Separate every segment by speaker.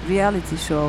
Speaker 1: reality show.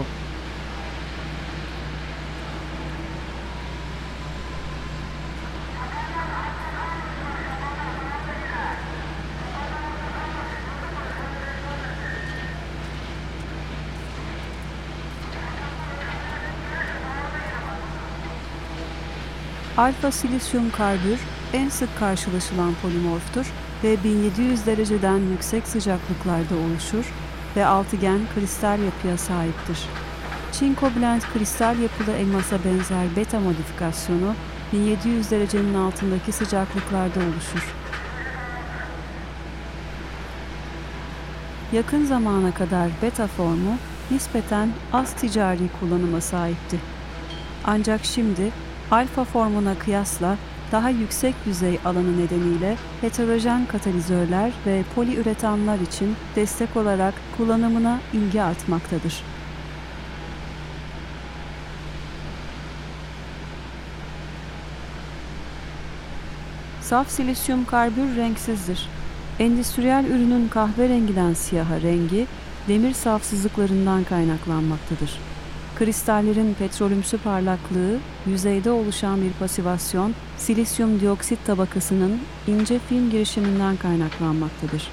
Speaker 1: Alfa silisyum karbür en sık karşılaşılan polimorftur ve 1700 dereceden yüksek sıcaklıklarda oluşur ve altıgen kristal yapıya sahiptir. Çinko blend kristal yapılı elmasa benzer beta modifikasyonu 1700 derecenin altındaki sıcaklıklarda oluşur. Yakın zamana kadar beta formu nispeten az ticari kullanıma sahipti. Ancak şimdi alfa formuna kıyasla daha yüksek yüzey alanı nedeniyle heterojen katalizörler ve poliüretanlar için destek olarak kullanımına ilgi artmaktadır. Saf silisyum karbür renksizdir. Endüstriyel ürünün kahverengiden siyaha rengi, demir safsızlıklarından kaynaklanmaktadır. Kristallerin petrolümsü parlaklığı, yüzeyde oluşan bir pasivasyon, silisyum dioksit tabakasının ince film girişiminden kaynaklanmaktadır.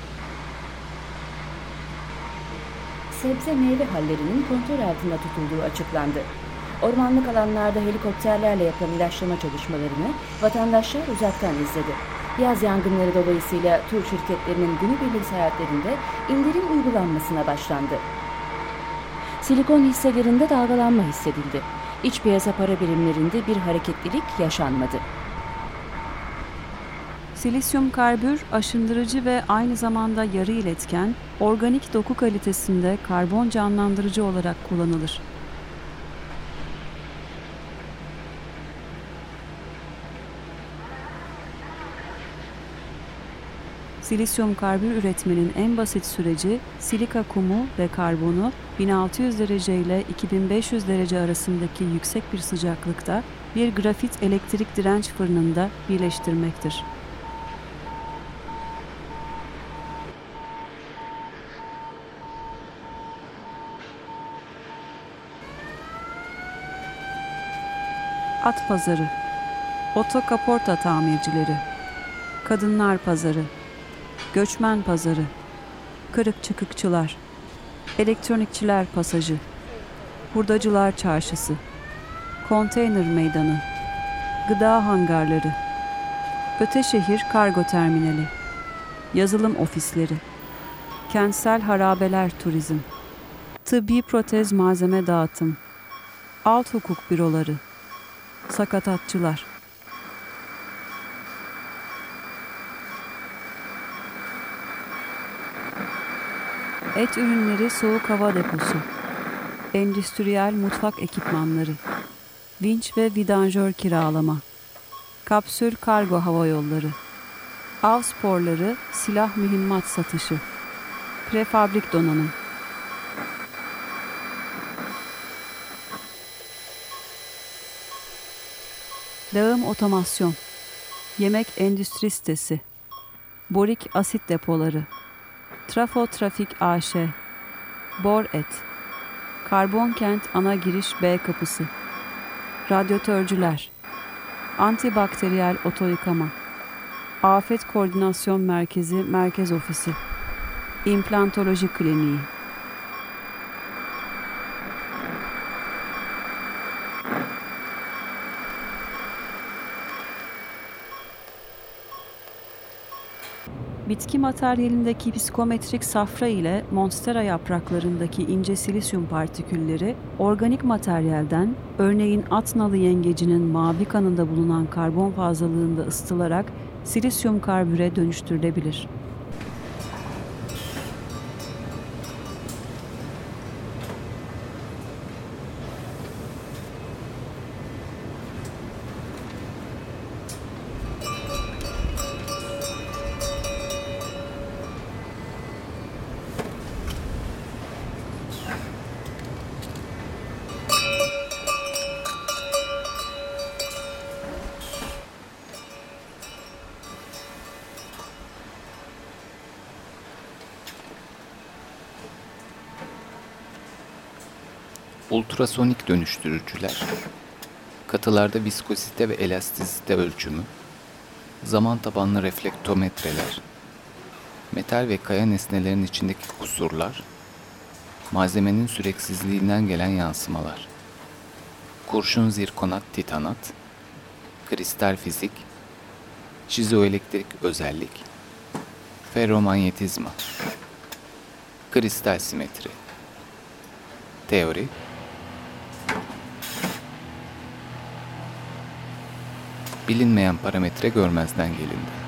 Speaker 2: Sebze meyve hallerinin kontrol altında tutulduğu açıklandı. Ormanlık alanlarda helikopterlerle yapılan ilaçlama çalışmalarını vatandaşlar uzaktan izledi. Yaz yangınları dolayısıyla tur şirketlerinin günübirlik seyahatlerinde indirim uygulanmasına başlandı. Silikon hisselerinde dalgalanma hissedildi. İç piyasa para birimlerinde bir hareketlilik yaşanmadı.
Speaker 1: Silisyum karbür aşındırıcı ve aynı zamanda yarı iletken, organik doku kalitesinde karbon canlandırıcı olarak kullanılır. Silisyum karbür üretmenin en basit süreci silika kumu ve karbonu 1600 derece ile 2500 derece arasındaki yüksek bir sıcaklıkta bir grafit elektrik direnç fırınında birleştirmektir. At pazarı, otokaporta tamircileri, kadınlar pazarı, göçmen pazarı, kırık çıkıkçılar, elektronikçiler pasajı, hurdacılar çarşısı, konteyner meydanı, gıda hangarları, Öteşehir kargo terminali, yazılım ofisleri, kentsel harabeler turizm, tıbbi protez malzeme dağıtım, alt hukuk büroları, sakatatçılar. Et ürünleri soğuk hava deposu, endüstriyel mutfak ekipmanları, vinç ve vidanjör kiralama, kapsül kargo havayolları, av sporları, silah mühimmat satışı, prefabrik donanım. Lağım otomasyon, yemek endüstri sitesi, borik asit depoları, Trafo Trafik AŞ, Bor Et, Karbon Kent ana giriş B kapısı, radyatörcüler, antibakteriyel otoyıkama, Afet Koordinasyon Merkezi Merkez Ofisi, İmplantoloji Kliniği. Bitki materyalindeki psikometrik safra ile monstera yapraklarındaki ince silisyum partikülleri organik materyalden, örneğin at nalı yengecinin mavi kanında bulunan karbon fazlalığında ısıtılarak silisyum karbüre dönüştürülebilir.
Speaker 3: Ultrasonik dönüştürücüler, katılarda viskozite ve elastisite ölçümü, zaman tabanlı reflektometreler, metal ve kaya nesnelerin içindeki kusurlar, malzemenin süreksizliğinden gelen yansımalar, kurşun zirkonat titanat, kristal fizik, şizoelektrik özellik, ferromanyetizma, kristal simetri, teori, bilinmeyen parametre görmezden gelindi.